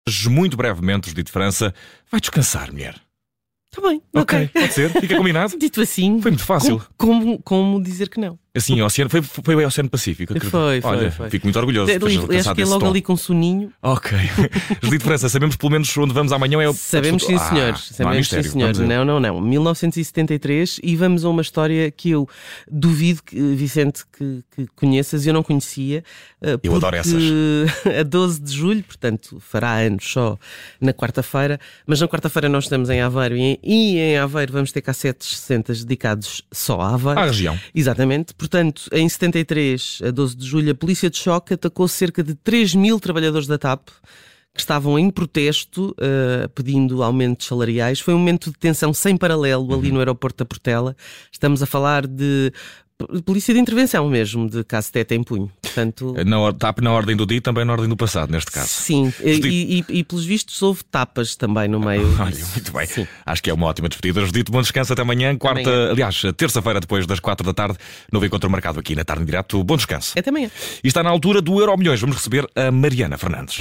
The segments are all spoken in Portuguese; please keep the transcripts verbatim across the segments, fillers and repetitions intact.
Muito brevemente, Judite França vai descansar, mulher. Está bem, Ok, ok. pode ser, fica combinado. Dito assim, Foi muito fácil. Como, como, como dizer que não? Assim, o oceano, foi, foi o Oceano Pacífico. acredito. Foi, foi, Olha, foi. fico muito orgulhoso. de Ali, teres alcançado acho que é esse logo tom. ali com um soninho. Ok. Judite França, sabemos pelo menos onde vamos amanhã. É o... Sabemos, sim, Ah, senhores. não há Sabemos, mistério. sim, senhores. Vamos a- Não, não, não. mil novecentos e setenta e três e vamos a uma história que eu duvido, que, Vicente, que, que conheças. Eu não conhecia. eh, Eu adoro porque a doze de julho, portanto, fará anos só na quarta-feira. Mas na quarta-feira nós estamos em Aveiro e em, e em Aveiro vamos ter cassetes sessenta dedicados só a Aveiro. À região. Exatamente. Portanto, em setenta e três, a doze de julho, a polícia de choque atacou cerca de três mil trabalhadores da TAP que estavam em protesto, uh, pedindo aumentos salariais. Foi um momento de tensão sem paralelo ali no aeroporto da Portela. Estamos a falar de p- polícia de intervenção mesmo, de cacetete em punho. Portanto, Na, or- TAP na ordem do dia e também na ordem do passado, neste caso. sim. E, e, e pelos vistos houve tapas também no meio. Olha, muito bem. Sim. Acho que é uma ótima despedida. Judite, bom descanso até amanhã. Quarta, Amanhã. aliás, terça-feira, depois das quatro da tarde, novo encontro marcado aqui na Tarde em Direto. Bom descanso. Até amanhã. E está na altura do Euro Milhões. Vamos receber a Mariana Fernandes.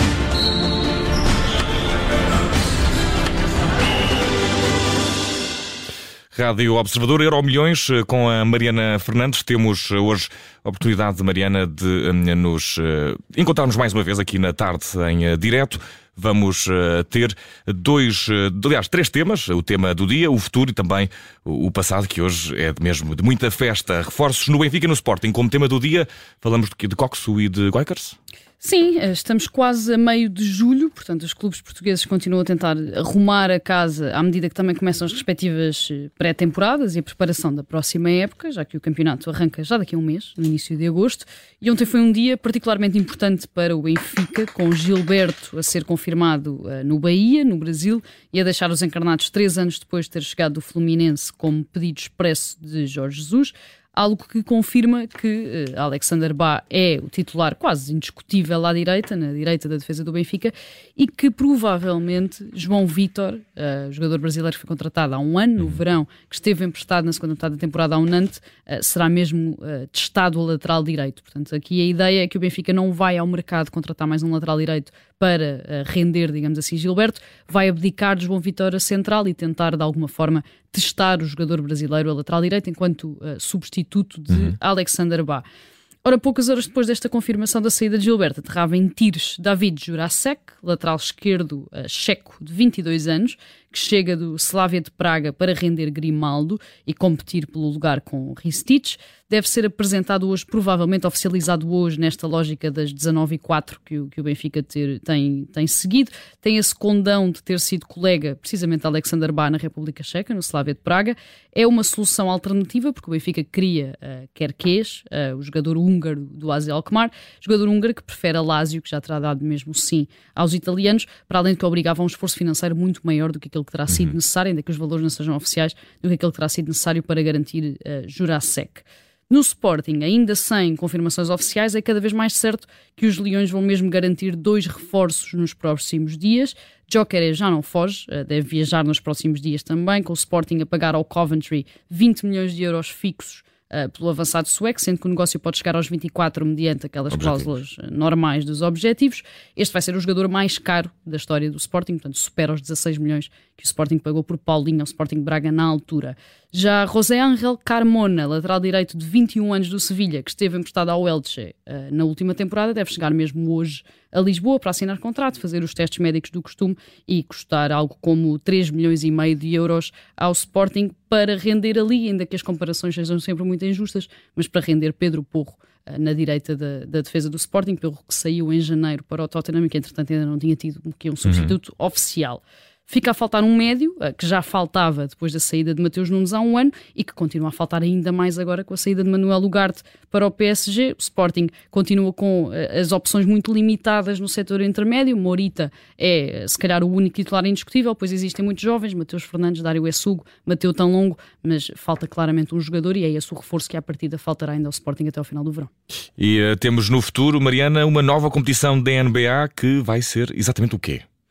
Rádio Observador, Euro Milhões, com a Mariana Fernandes. Temos hoje a oportunidade, Mariana, de hum, nos uh, encontrarmos mais uma vez aqui na tarde em uh, direto. Vamos uh, ter dois, uh, aliás, três temas. O tema do dia, o futuro e também o, o passado, que hoje é de mesmo de muita festa. Reforços no Benfica e no Sporting. Como tema do dia, falamos de, quê? De Coxo e de Goikers? Sim, estamos quase a meio de julho, portanto os clubes portugueses continuam a tentar arrumar a casa à medida que também começam as respectivas pré-temporadas e a preparação da próxima época, já que o campeonato arranca já daqui a um mês, no início de agosto. E ontem foi um dia particularmente importante para o Benfica, com Gilberto a ser confirmado uh, no Bahia, no Brasil, e a deixar os encarnados três anos depois de ter chegado do Fluminense como pedido expresso de Jorge Jesus. Algo que confirma que uh, Alexander Bá é o titular quase indiscutível à direita, na direita da defesa do Benfica, e que provavelmente João Vítor, uh, jogador brasileiro que foi contratado há um ano, no verão, que esteve emprestado na segunda metade da temporada ao Nantes, uh, será mesmo uh, testado a lateral direito. Portanto, aqui a ideia é que o Benfica não vai ao mercado contratar mais um lateral direito para uh, render, digamos assim, Gilberto, vai abdicar de João Vítor a central e tentar, de alguma forma, testar o jogador brasileiro a lateral direito enquanto uh, substituto de uhum. Alexander Bá. Ora, poucas horas depois desta confirmação da saída de Gilberto, aterrava em Tires David Jurasek, lateral esquerdo uh, checo de vinte e dois anos, que chega do Slavia de Praga para render Grimaldo e competir pelo lugar com Ristic. Deve ser apresentado hoje, provavelmente oficializado hoje, nesta lógica das dezanove e quatro que o, que o Benfica ter, tem, tem seguido. Tem esse condão de ter sido colega, precisamente, de Alexander Bá na República Checa, no Slavia de Praga. É uma solução alternativa, porque o Benfica queria uh, Kerkez, uh, o jogador húngaro do A Z Alkmaar, jogador húngaro que prefere a Lazio, que já terá dado mesmo sim aos italianos, para além de que obrigava a um esforço financeiro muito maior do que aquele que terá sido uhum. necessário, ainda que os valores não sejam oficiais, do que aquele que terá sido necessário para garantir uh, Jurasek. No Sporting, ainda sem confirmações oficiais, é cada vez mais certo que os Leões vão mesmo garantir dois reforços nos próximos dias. Gyökeres já não foge, deve viajar nos próximos dias também, com o Sporting a pagar ao Coventry vinte milhões de euros fixos Uh, pelo avançado sueco, sendo que o negócio pode chegar aos vinte e quatro mediante aquelas Objetivos. cláusulas normais dos objetivos. Este vai ser o jogador mais caro da história do Sporting, portanto supera os dezasseis milhões que o Sporting pagou por Paulinho ao Sporting Braga na altura. Já José Ángel Carmona, lateral direito de vinte e um anos do Sevilha, que esteve emprestado ao Elche uh, na última temporada, deve chegar mesmo hoje a Lisboa para assinar contrato, fazer os testes médicos do costume e custar algo como três milhões e meio de euros ao Sporting para render ali, ainda que as comparações sejam sempre muito injustas, mas para render Pedro Porro uh, na direita da, da defesa do Sporting, Porro que saiu em janeiro para o Tottenham e que entretanto ainda não tinha tido que um substituto uhum. oficial. Fica a faltar um médio, que já faltava depois da saída de Mateus Nunes há um ano e que continua a faltar ainda mais agora com a saída de Manuel Ugarte para o P S G. O Sporting continua com as opções muito limitadas no setor intermédio. Morita é, se calhar, o único titular indiscutível, pois existem muitos jovens, Mateus Fernandes, Dário Essugo, Mateu Tanlongo, mas falta claramente um jogador e é esse o reforço que à partida faltará ainda ao Sporting até ao final do verão. E uh, temos no futuro, Mariana, uma nova competição da N B A que vai ser exatamente o quê?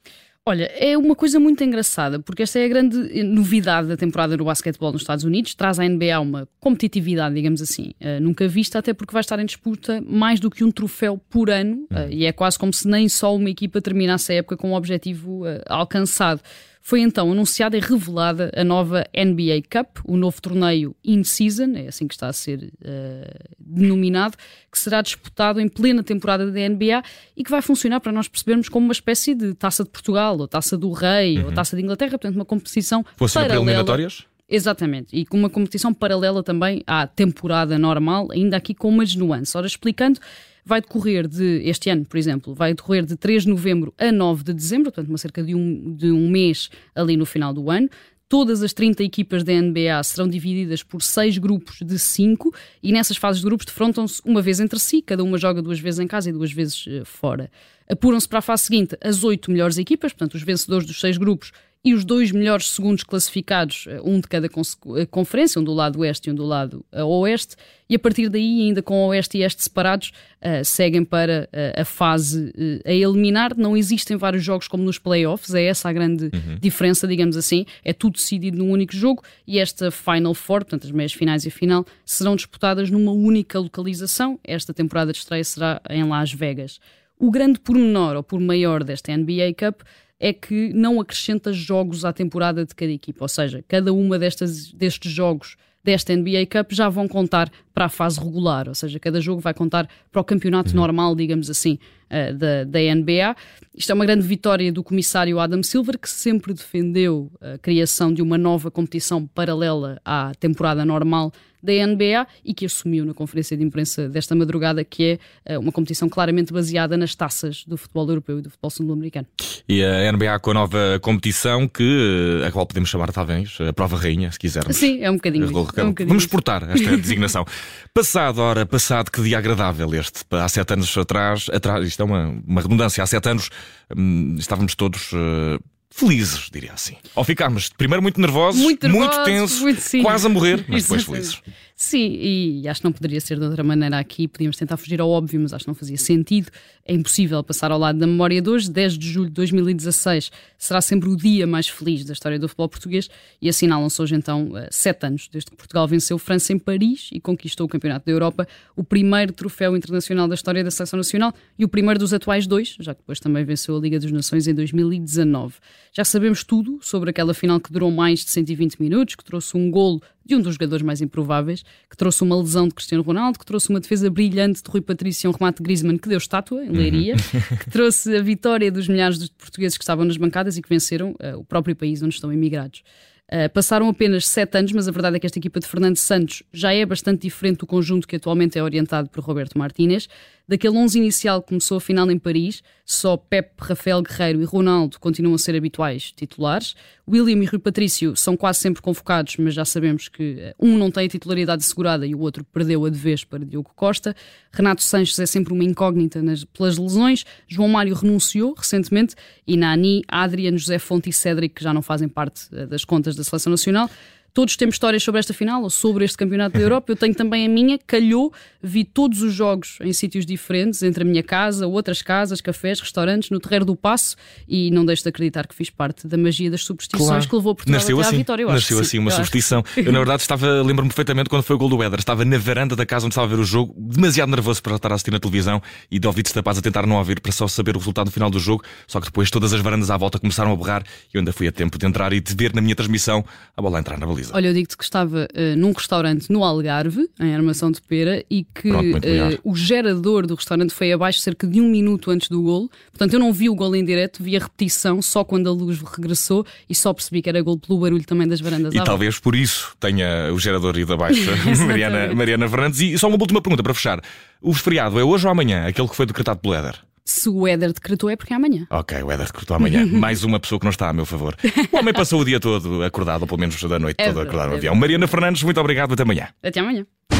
Olha, é uma coisa muito engraçada, porque esta é a grande novidade da temporada do basquetebol nos Estados Unidos. Traz à N B A uma competitividade, digamos assim, uh, nunca vista, até porque vai estar em disputa mais do que um troféu por ano, uh, e é quase como se nem só uma equipa terminasse a época com o objetivo uh, alcançado. Foi então anunciada e revelada a nova N B A Cup, o novo torneio in-season, é assim que está a ser uh, denominado, que será disputado em plena temporada da N B A e que vai funcionar, para nós percebermos, como uma espécie de Taça de Portugal, ou Taça do Rei, uhum. ou Taça de Inglaterra, portanto uma competição Fosse paralela. Fosse eliminatórias? Exatamente, e com uma competição paralela também à temporada normal, ainda aqui com umas nuances. Ora, explicando, vai decorrer de, este ano, por exemplo, vai decorrer de três de novembro a nove de dezembro, portanto uma cerca de um, de um mês ali no final do ano. Todas as trinta equipas da N B A serão divididas por seis grupos de cinco e nessas fases de grupos defrontam-se uma vez entre si, cada uma joga duas vezes em casa e duas vezes uh, fora. Apuram-se para a fase seguinte as oito melhores equipas, portanto os vencedores dos seis grupos e os dois melhores segundos classificados, um de cada conferência, um do lado oeste e um do lado oeste, e a partir daí, ainda com oeste e este separados, uh, seguem para uh, a fase uh, a eliminar. Não existem vários jogos como nos playoffs, é essa a grande uhum. diferença, digamos assim, é tudo decidido num único jogo, e esta Final Four, portanto as meias finais e a final, serão disputadas numa única localização. Esta temporada de estreia será em Las Vegas. O grande pormenor, ou por maior, desta N B A Cup é que não acrescenta jogos à temporada de cada equipa, ou seja, cada uma destas, destes jogos desta N B A Cup já vão contar para a fase regular, ou seja, cada jogo vai contar para o campeonato uhum. normal, digamos assim, uh, da, da N B A. Isto é uma grande vitória do comissário Adam Silver, que sempre defendeu a criação de uma nova competição paralela à temporada normal da N B A e que assumiu na conferência de imprensa desta madrugada que é uh, uma competição claramente baseada nas taças do futebol europeu e do futebol sul-americano. E a N B A com a nova competição que, a qual podemos chamar talvez a prova rainha, se quisermos. Sim, é um bocadinho. É um bocadinho Vamos exportar esta designação. Passado, ora, passado, que dia agradável este. Há sete anos atrás, atrás isto é uma, uma redundância, há sete anos hum, estávamos todos... Uh, felizes, diria assim. Ao ficarmos primeiro muito nervosos, muito, nervosos, muito tensos, muito, quase a morrer, mas depois felizes. Sim, e acho que não poderia ser de outra maneira aqui. Podíamos tentar fugir ao óbvio, mas acho que não fazia sentido. É impossível passar ao lado da memória de hoje. dez de julho de dois mil e dezasseis será sempre o dia mais feliz da história do futebol português e assinalam-se hoje então sete anos desde que Portugal venceu França em Paris e conquistou o Campeonato da Europa, o primeiro troféu internacional da história da Seleção Nacional e o primeiro dos atuais dois, já que depois também venceu a Liga dos Nações em dois mil e dezanove. Já sabemos tudo sobre aquela final que durou mais de cento e vinte minutos, que trouxe um golo de um dos jogadores mais improváveis, que trouxe uma lesão de Cristiano Ronaldo, que trouxe uma defesa brilhante de Rui Patrício e um remate de Griezmann que deu estátua em Leiria, uhum. que trouxe a vitória dos milhares de portugueses que estavam nas bancadas e que venceram uh, o próprio país onde estão imigrados. Uh, passaram apenas sete anos, mas a verdade é que esta equipa de Fernando Santos já é bastante diferente do conjunto que atualmente é orientado por Roberto Martínez. Daquele onze inicial que começou a final em Paris, só Pepe, Rafael Guerreiro e Ronaldo continuam a ser habituais titulares. William e Rui Patrício são quase sempre convocados, mas já sabemos que um não tem a titularidade assegurada e o outro perdeu a de vez para Diogo Costa. Renato Sanches é sempre uma incógnita nas, pelas lesões. João Mário renunciou recentemente e Nani, Adriano, José Fonte e Cédric, que já não fazem parte das contas da Seleção Nacional. Todos temos histórias sobre esta final ou sobre este Campeonato da Europa. Eu tenho também a minha, calhou, vi todos os jogos em sítios diferentes, entre a minha casa, outras casas, cafés, restaurantes, no Terreiro do Paço, e não deixo de acreditar que fiz parte da magia das superstições, claro, que levou Portugal nasceu até assim, à vitória. Eu nasceu acho assim sim, uma eu superstição. Eu, na verdade, estava, lembro-me perfeitamente quando foi o gol do Éder. Estava na varanda da casa onde estava a ver o jogo, demasiado nervoso para estar a assistir na televisão e de ouvidos tapados a tentar não ouvir para só saber o resultado final do jogo. Só que depois todas as varandas à volta começaram a berrar e eu ainda fui a tempo de entrar e de ver na minha transmissão a bola entrar na baliza. Olha, eu digo-te que estava Uh, num restaurante no Algarve, em Armação de Pera, e que Pronto, uh, o gerador do restaurante foi abaixo cerca de um minuto antes do golo. Portanto, eu não vi o golo em direto, vi a repetição só quando a luz regressou e só percebi que era golo pelo barulho também das varandas. E talvez por isso tenha o gerador ido abaixo, Mariana, Mariana Fernandes. E só uma última pergunta para fechar: o feriado é hoje ou amanhã, aquele que foi decretado pelo Éder? Se o Éder decretou é porque é amanhã. Ok, o Éder decretou amanhã. Mais uma pessoa que não está a meu favor. O homem passou o dia todo acordado, ou pelo menos da noite é toda verdade, acordado no é avião. Mariana Fernandes, muito obrigado, até amanhã. Até amanhã.